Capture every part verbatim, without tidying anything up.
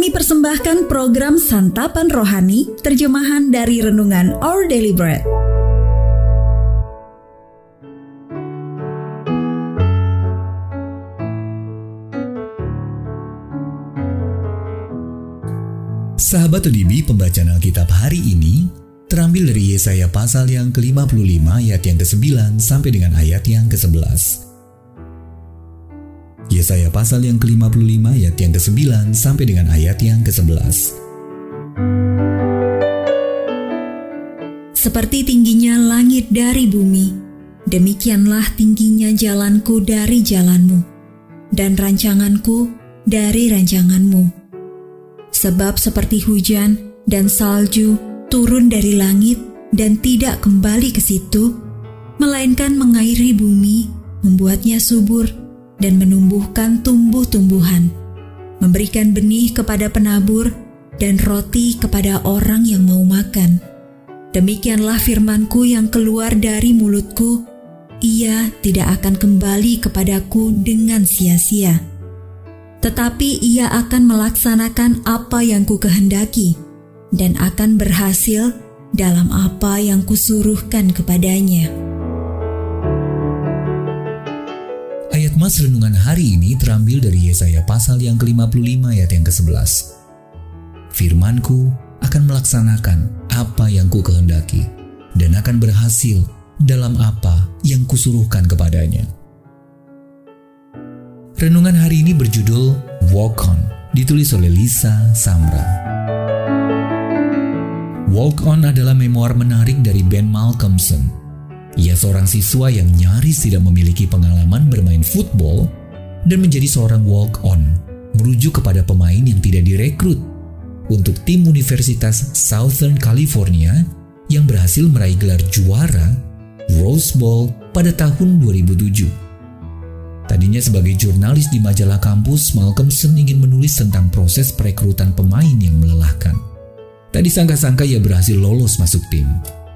Kami persembahkan program Santapan Rohani, terjemahan dari Renungan Our Daily Bread. Sahabat O D B, pembacaan Alkitab hari ini terambil dari Yesaya pasal yang ke lima puluh lima ayat yang ke sembilan sampai dengan ayat yang ke sebelas. Yesaya pasal yang ke lima puluh lima ayat yang ke sembilan sampai dengan ayat yang ke sebelas. Seperti tingginya langit dari bumi, demikianlah tingginya jalanku dari jalanmu, dan rancanganku dari rancanganmu. Sebab seperti hujan dan salju turun dari langit dan tidak kembali ke situ, melainkan mengairi bumi, membuatnya subur, dan menumbuhkan tumbuh-tumbuhan, memberikan benih kepada penabur, dan roti kepada orang yang mau makan. Demikianlah firmanku yang keluar dari mulutku, ia tidak akan kembali kepadaku dengan sia-sia, tetapi ia akan melaksanakan apa yang kukehendaki, dan akan berhasil dalam apa yang kusuruhkan kepadanya. Ayat mas renungan hari ini terambil dari Yesaya pasal yang ke lima puluh lima ayat yang ke sebelas. Firmanku akan melaksanakan apa yang kukehendaki, dan akan berhasil dalam apa yang kusuruhkan kepadanya. Renungan hari ini berjudul Walk On, ditulis oleh Lisa Samra. Walk On adalah memoir menarik dari Ben Malcolmson. Ia seorang siswa yang nyaris tidak memiliki pengalaman bermain football dan menjadi seorang walk on, merujuk kepada pemain yang tidak direkrut untuk tim Universitas Southern California yang berhasil meraih gelar juara Rose Bowl pada tahun dua ribu tujuh. Tadinya sebagai jurnalis di majalah kampus, Malcolmson ingin menulis tentang proses perekrutan pemain yang melelahkan. Tak disangka-sangka ia berhasil lolos masuk tim.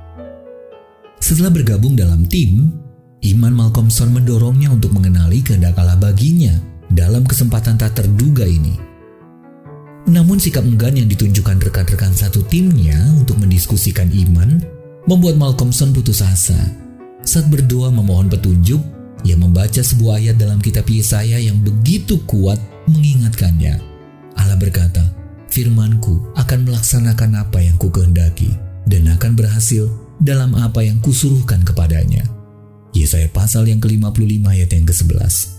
Setelah bergabung dalam tim, iman Malcolmson mendorongnya untuk mengenali kehendak Allah baginya dalam kesempatan tak terduga ini. Namun sikap enggan yang ditunjukkan rekan-rekan satu timnya untuk mendiskusikan iman membuat Malcolmson putus asa. Saat berdoa memohon petunjuk, ia membaca sebuah ayat dalam kitab Yesaya yang begitu kuat mengingatkannya. Allah berkata, "Firmanku akan melaksanakan apa yang kukehendaki, dan akan berhasil dalam apa yang kusuruhkan kepadanya." Yesaya pasal yang ke lima puluh lima ayat yang ke sebelas.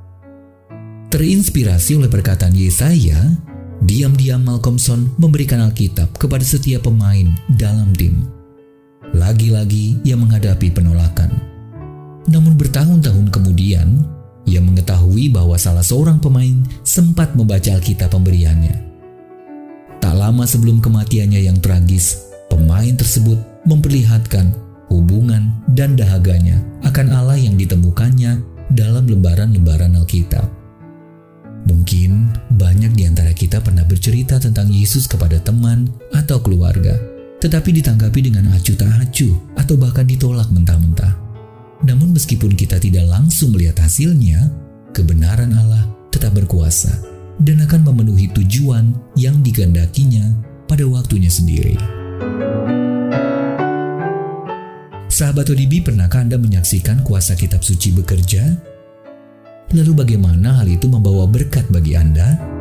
Terinspirasi oleh perkataan Yesaya, diam-diam Malcolmson memberikan Alkitab kepada setiap pemain dalam tim. Lagi-lagi ia menghadapi penolakan. Namun bertahun-tahun kemudian, ia mengetahui bahwa salah seorang pemain sempat membaca Alkitab pemberiannya. Tak lama sebelum kematiannya yang tragis, pemain tersebut memperlihatkan hubungan dan dahaganya akan Allah yang ditemukannya dalam lembaran-lembaran Alkitab. Mungkin banyak di antara kita pernah bercerita tentang Yesus kepada teman atau keluarga, tetapi ditanggapi dengan acuh tak acuh atau bahkan ditolak mentah-mentah. Namun meskipun kita tidak langsung melihat hasilnya, kebenaran Allah tetap berkuasa dan akan memenuhi tujuan yang dikehendakinya pada waktunya sendiri. Sahabat O D B, pernahkah Anda menyaksikan kuasa kitab suci bekerja? Lalu bagaimana hal itu membawa berkat bagi Anda?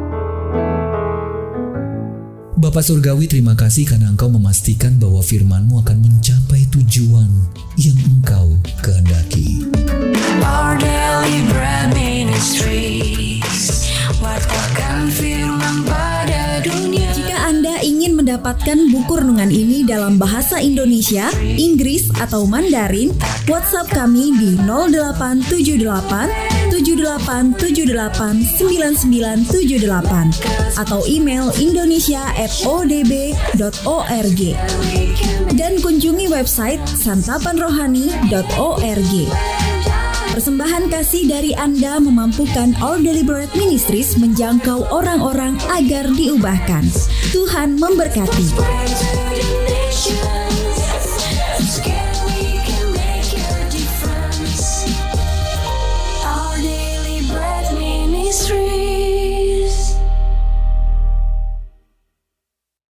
Bapa Surgawi, terima kasih karena Engkau memastikan bahwa firman-Mu akan mencapai tujuan yang Engkau kehendaki. Our Daily Bread Ministries, wartakan firman pada dunia. Jika Anda ingin mendapatkan buku renungan ini dalam bahasa Indonesia, Inggris, atau Mandarin, WhatsApp kami di nol delapan tujuh delapan tujuh delapan tujuh delapan sembilan sembilan tujuh delapan atau email indonesia at o d b dot org dan kunjungi website santapan rohani dot org. Persembahan kasih dari Anda memampukan Our Daily Bread Ministries menjangkau orang-orang agar diubahkan. Tuhan memberkati.